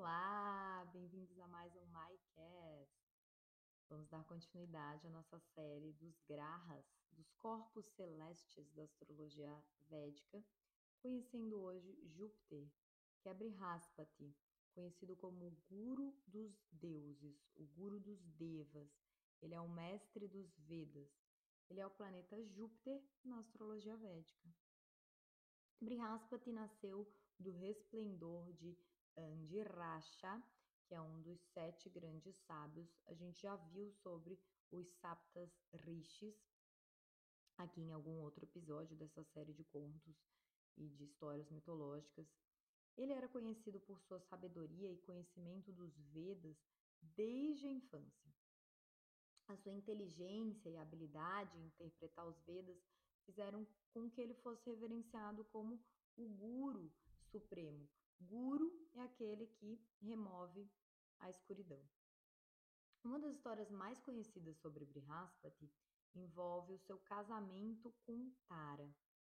Olá, bem-vindos a mais um MyCast. Vamos dar continuidade à nossa série dos grahas, dos corpos celestes da astrologia védica, conhecendo hoje Júpiter, que é Brihaspati, conhecido como o Guru dos deuses, o Guru dos Devas. Ele é o mestre dos Vedas. Ele é o planeta Júpiter na astrologia védica. Brihaspati nasceu do resplendor de Andirasha, que é um dos 7 grandes sábios. A gente já viu sobre os Saptas Rishis aqui em algum outro episódio dessa série de contos e de histórias mitológicas. Ele era conhecido por sua sabedoria e conhecimento dos Vedas desde a infância. A sua inteligência e habilidade em interpretar os Vedas fizeram com que ele fosse reverenciado como o Guru Supremo. Guru é aquele que remove a escuridão. Uma das histórias mais conhecidas sobre Brihaspati envolve o seu casamento com Tara.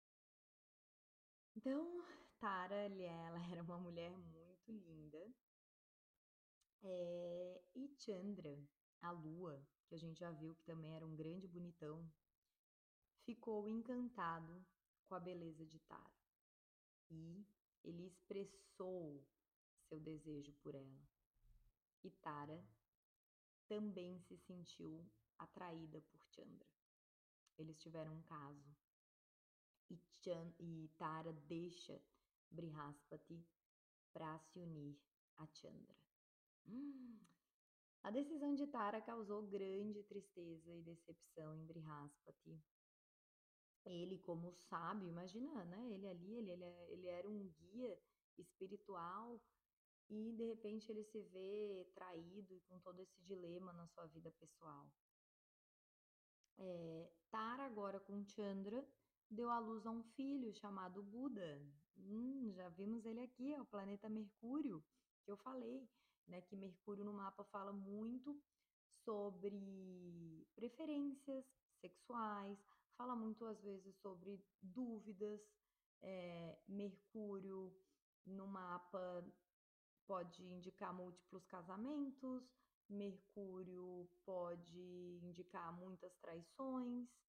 Então, Tara, ela era uma mulher muito linda. E Chandra, a lua, que a gente já viu que também era um grande bonitão, ficou encantado com a beleza de Tara e ele expressou seu desejo por ela. E Tara também se sentiu atraída por Chandra. Eles tiveram um caso e Tara deixa Brihaspati para se unir a Chandra. A decisão de Tara causou grande tristeza e decepção em Brihaspati. Ele, como sábio, imagina, né? Ele ali, ele era um guia espiritual e de repente ele se vê traído e com todo esse dilema na sua vida pessoal. Tara, agora com Chandra, deu à luz a um filho chamado Buda. Já vimos ele aqui, é o planeta Mercúrio, que eu falei, né? Que Mercúrio no mapa fala muito sobre preferências sexuais, fala muito às vezes sobre dúvidas. Mercúrio no mapa pode indicar múltiplos casamentos, Mercúrio pode indicar muitas traições.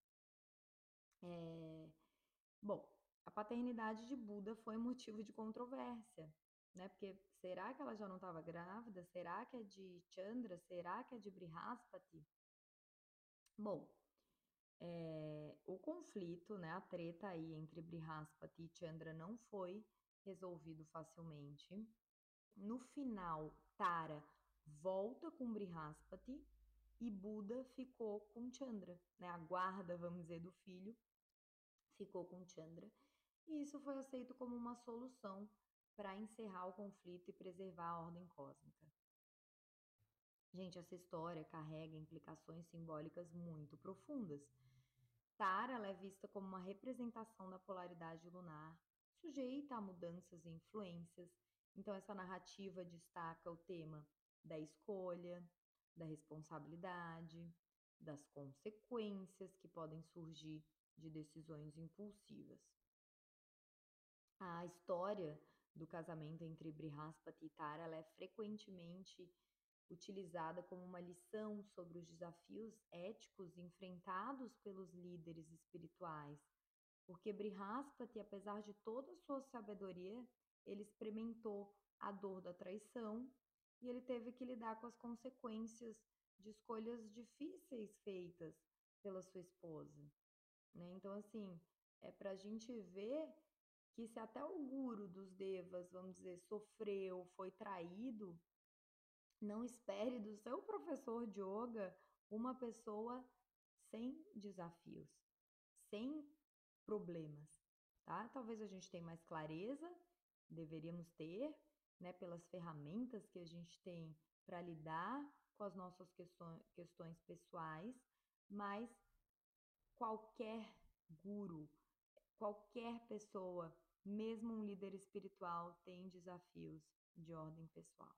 Bom, a paternidade de Buda foi motivo de controvérsia, né? Porque será que ela já não estava grávida? Será que é de Chandra? Será que é de Brihaspati? Bom, o conflito, né, a treta aí entre Brihaspati e Chandra não foi resolvido facilmente. No final, Tara volta com Brihaspati e Buda ficou com Chandra, né? A guarda, vamos dizer, do filho ficou com Chandra. E isso foi aceito como uma solução para encerrar o conflito e preservar a ordem cósmica. Gente, essa história carrega implicações simbólicas muito profundas. Tara ela é vista como uma representação da polaridade lunar, sujeita a mudanças e influências. Então, essa narrativa destaca o tema da escolha, da responsabilidade, das consequências que podem surgir de decisões impulsivas. A história do casamento entre Brihaspati e Tara ela é frequentemente utilizada como uma lição sobre os desafios éticos enfrentados pelos líderes espirituais, porque Brihaspati, apesar de toda a sua sabedoria, ele experimentou a dor da traição e ele teve que lidar com as consequências de escolhas difíceis feitas pela sua esposa, né? Então, assim, é para a gente ver que se até o guru dos devas, vamos dizer, sofreu, foi traído, não espere do seu professor de yoga uma pessoa sem desafios, sem problemas, tá? Talvez a gente tenha mais clareza, deveríamos ter, né, pelas ferramentas que a gente tem para lidar com as nossas questões pessoais, mas qualquer guru, qualquer pessoa, mesmo um líder espiritual, tem desafios de ordem pessoal.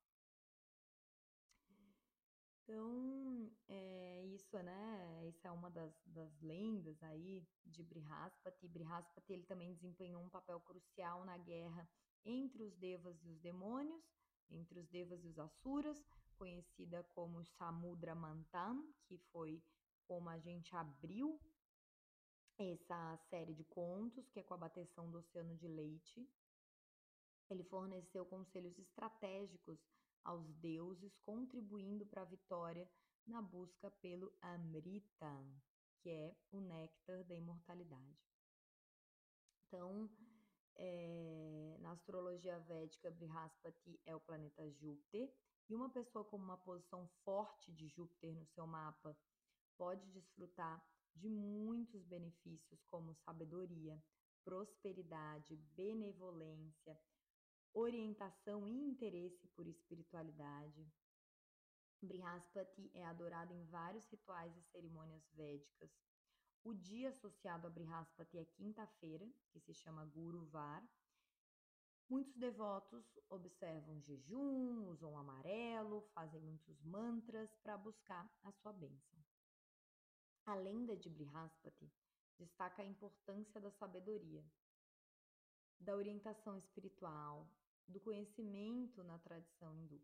Então, isso, né? Essa é uma das lendas aí de Brihaspati. Brihaspati ele também desempenhou um papel crucial na guerra entre os devas e os demônios, entre os Devas e os Asuras, conhecida como Samudra Manthan, que foi como a gente abriu essa série de contos, que é com a bateção do Oceano de Leite. Ele forneceu conselhos estratégicos aos deuses, contribuindo para a vitória na busca pelo Amrita, que é o néctar da imortalidade. Então, na astrologia védica, Brihaspati é o planeta Júpiter, e uma pessoa com uma posição forte de Júpiter no seu mapa pode desfrutar de muitos benefícios, como sabedoria, prosperidade, benevolência, orientação e interesse por espiritualidade. Brihaspati é adorado em vários rituais e cerimônias védicas. O dia associado a Brihaspati é quinta-feira, que se chama Guruvar. Muitos devotos observam jejum, usam amarelo, fazem muitos mantras para buscar a sua bênção. A lenda de Brihaspati destaca a importância da sabedoria, da orientação espiritual, do conhecimento na tradição hindu.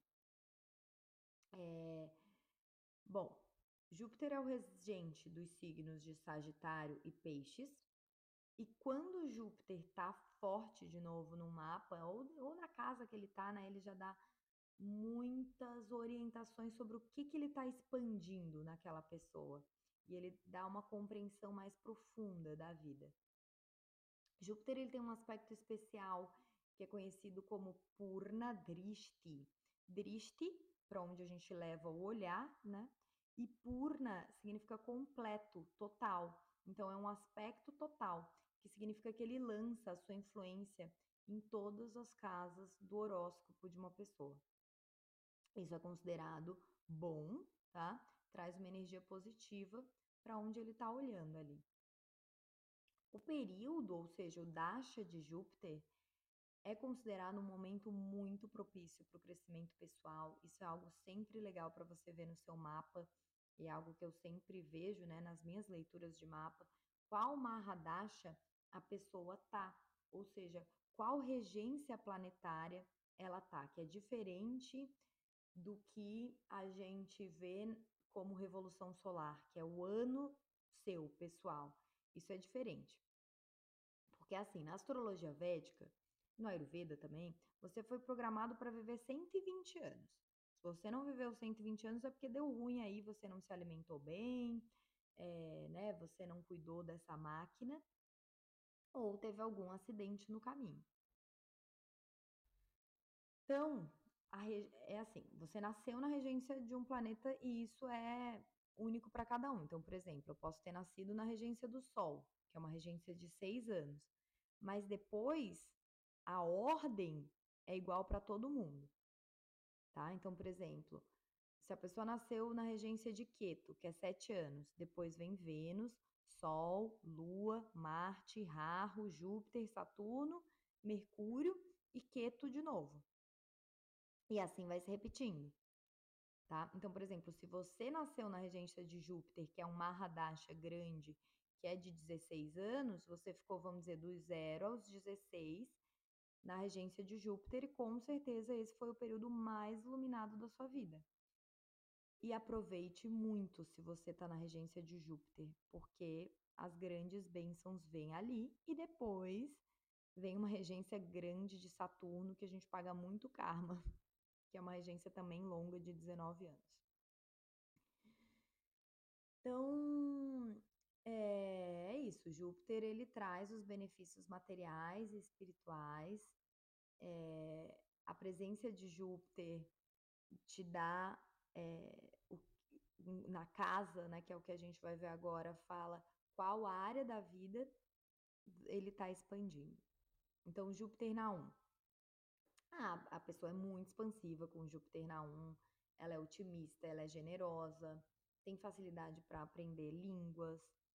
Bom, Júpiter é o regente dos signos de Sagitário e Peixes, e quando Júpiter está forte de novo no mapa, ou na casa que ele está, né, ele já dá muitas orientações sobre o que ele está expandindo naquela pessoa. E ele dá uma compreensão mais profunda da vida. Júpiter ele tem um aspecto especial que é conhecido como Purna Drishti. Drishti, para onde a gente leva o olhar, né? E Purna significa completo, total. Então é um aspecto total, que significa que ele lança a sua influência em todas as casas do horóscopo de uma pessoa. Isso é considerado bom, tá? Traz uma energia positiva para onde ele está olhando ali. O período, ou seja, o Dasha de Júpiter, é considerado um momento muito propício para o crescimento pessoal. Isso é algo sempre legal para você ver no seu mapa, e é algo que eu sempre vejo, né, nas minhas leituras de mapa, qual Mahadasha a pessoa tá, ou seja, qual regência planetária ela tá, que é diferente do que a gente vê como revolução solar, que é o ano seu, pessoal. Isso é diferente. Porque assim, na astrologia védica, no Ayurveda também, você foi programado para viver 120 anos. Se você não viveu 120 anos é porque deu ruim aí, você não se alimentou bem, né? Você não cuidou dessa máquina ou teve algum acidente no caminho. Então, é assim, você nasceu na regência de um planeta e isso é único para cada um. Então, por exemplo, eu posso ter nascido na regência do Sol, que é uma regência de 6 anos, mas depois a ordem é igual para todo mundo, tá? Então, por exemplo, se a pessoa nasceu na regência de Queto, que é 7 anos, depois vem Vênus, Sol, Lua, Marte, Rahu, Júpiter, Saturno, Mercúrio e Queto de novo. E assim vai se repetindo, tá? Então, por exemplo, se você nasceu na regência de Júpiter, que é um Mahadasha grande, que é de 16 anos, você ficou, vamos dizer, do 0 aos 16 na regência de Júpiter, e com certeza esse foi o período mais iluminado da sua vida. E aproveite muito se você está na regência de Júpiter, porque as grandes bênçãos vêm ali e depois vem uma regência grande de Saturno que a gente paga muito karma, que é uma regência também longa de 19 anos. Então, é isso. Júpiter, ele traz os benefícios materiais e espirituais. A presença de Júpiter te dá, na casa, né, que é o que a gente vai ver agora, fala qual área da vida ele está expandindo. Então, Júpiter na 1. A pessoa é muito expansiva com Júpiter na 1, ela é otimista, ela é generosa, tem facilidade para aprender línguas,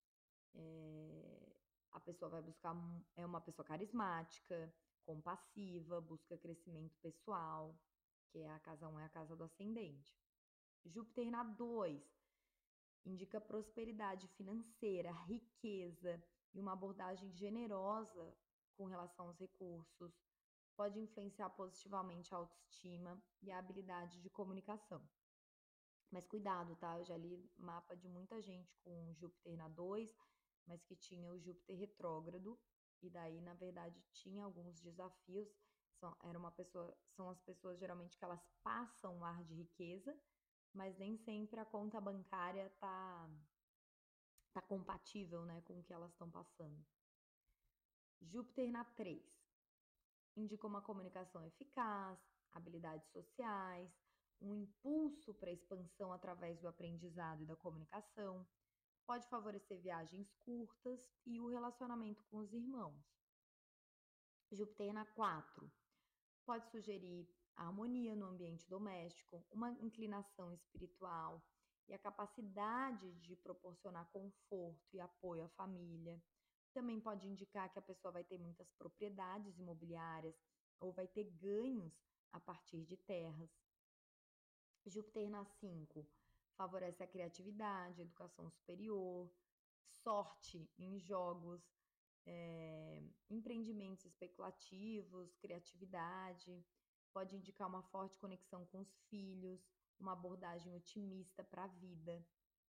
a pessoa vai buscar, é uma pessoa carismática, compassiva, busca crescimento pessoal, que é a casa 1, é a casa do ascendente. Júpiter na 2 indica prosperidade financeira, riqueza e uma abordagem generosa com relação aos recursos. pode influenciar positivamente a autoestima e a habilidade de comunicação. Mas cuidado, tá? Eu já li mapa de muita gente com Júpiter na 2, mas que tinha o Júpiter retrógrado, e daí, na verdade, tinha alguns desafios. São as pessoas geralmente que elas passam um ar de riqueza, mas nem sempre a conta bancária tá compatível, né, com o que elas estão passando. Júpiter na 3 indica uma comunicação eficaz, habilidades sociais, um impulso para a expansão através do aprendizado e da comunicação, pode favorecer viagens curtas e o relacionamento com os irmãos. Júpiter na 4 pode sugerir harmonia no ambiente doméstico, uma inclinação espiritual e a capacidade de proporcionar conforto e apoio à família. Também pode indicar que a pessoa vai ter muitas propriedades imobiliárias ou vai ter ganhos a partir de terras. Júpiter na 5 favorece a criatividade, a educação superior, sorte em jogos, empreendimentos especulativos, criatividade. Pode indicar uma forte conexão com os filhos, uma abordagem otimista para a vida.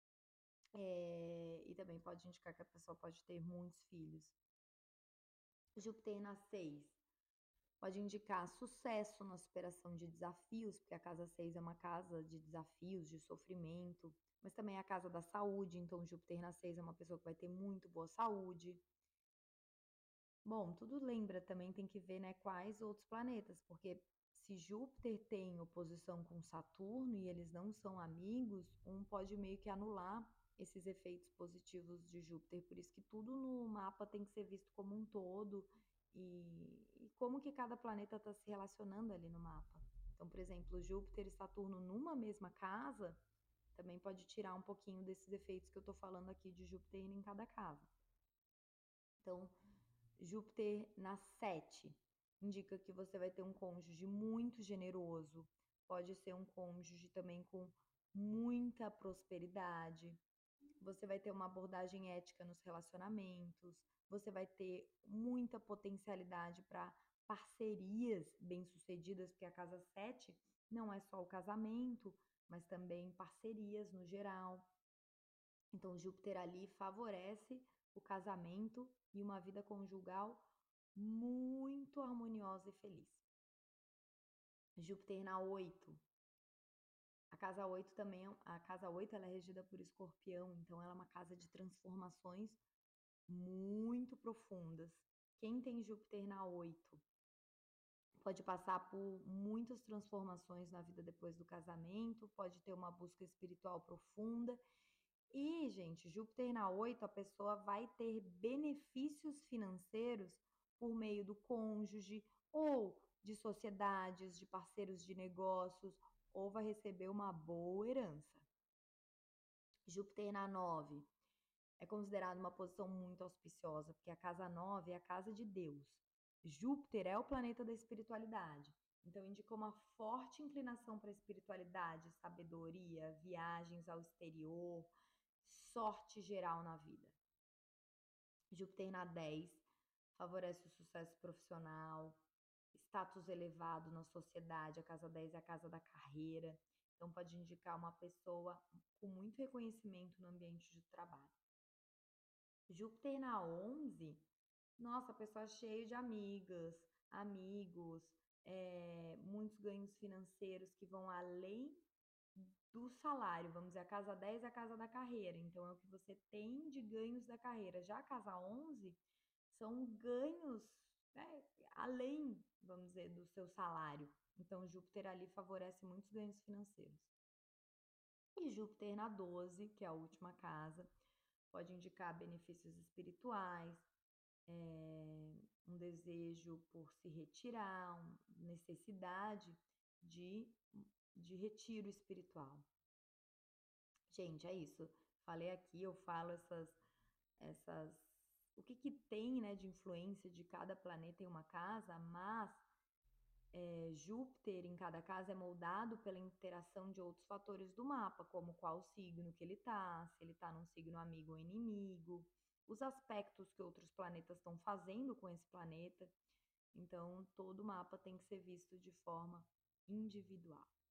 E também pode indicar que a pessoa pode ter muitos filhos. Júpiter na 6 pode indicar sucesso na superação de desafios, porque a casa 6 é uma casa de desafios, de sofrimento, mas também é a casa da saúde, então Júpiter na 6 é uma pessoa que vai ter muito boa saúde. Bom, tudo lembra também, tem que ver, né, quais outros planetas, porque se Júpiter tem oposição com Saturno e eles não são amigos, um pode meio que anular esses efeitos positivos de Júpiter, por isso que tudo no mapa tem que ser visto como um todo e como que cada planeta está se relacionando ali no mapa. Então, por exemplo, Júpiter e Saturno numa mesma casa também pode tirar um pouquinho desses efeitos que eu estou falando aqui de Júpiter em cada casa. Então, Júpiter na 7 indica que você vai ter um cônjuge muito generoso, pode ser um cônjuge também com muita prosperidade. Você vai ter uma abordagem ética nos relacionamentos, você vai ter muita potencialidade para parcerias bem-sucedidas, porque a casa 7 não é só o casamento, mas também parcerias no geral. Então, Júpiter ali favorece o casamento e uma vida conjugal muito harmoniosa e feliz. Júpiter na 8. A casa 8 também, a casa 8 ela é regida por Escorpião, então ela é uma casa de transformações muito profundas. Quem tem Júpiter na 8 pode passar por muitas transformações na vida depois do casamento, pode ter uma busca espiritual profunda. E, gente, Júpiter na 8, a pessoa vai ter benefícios financeiros por meio do cônjuge ou de sociedades, de parceiros de negócios, ou vai receber uma boa herança. Júpiter na 9 é considerado uma posição muito auspiciosa, porque a casa 9 é a casa de Deus. Júpiter é o planeta da espiritualidade. Então, indica uma forte inclinação para a espiritualidade, sabedoria, viagens ao exterior, sorte geral na vida. Júpiter na 10 favorece o sucesso profissional, status elevado na sociedade. A casa 10 é a casa da carreira. Então, pode indicar uma pessoa com muito reconhecimento no ambiente de trabalho. Júpiter na 11, nossa, pessoa cheia de amigas, amigos, muitos ganhos financeiros que vão além do salário, vamos dizer, a casa 10 é a casa da carreira, então é o que você tem de ganhos da carreira. Já a casa 11 são ganhos, né, além, vamos dizer, do seu salário. Então, Júpiter ali favorece muitos ganhos financeiros. E Júpiter na 12, que é a última casa, pode indicar benefícios espirituais, um desejo por se retirar, necessidade de, de retiro espiritual. Gente, é isso. Falei aqui, eu falo essas, o que tem, né, de influência de cada planeta em uma casa, mas Júpiter em cada casa é moldado pela interação de outros fatores do mapa, como qual signo que ele tá, se ele tá num signo amigo ou inimigo, os aspectos que outros planetas estão fazendo com esse planeta. Então, todo mapa tem que ser visto de forma individual.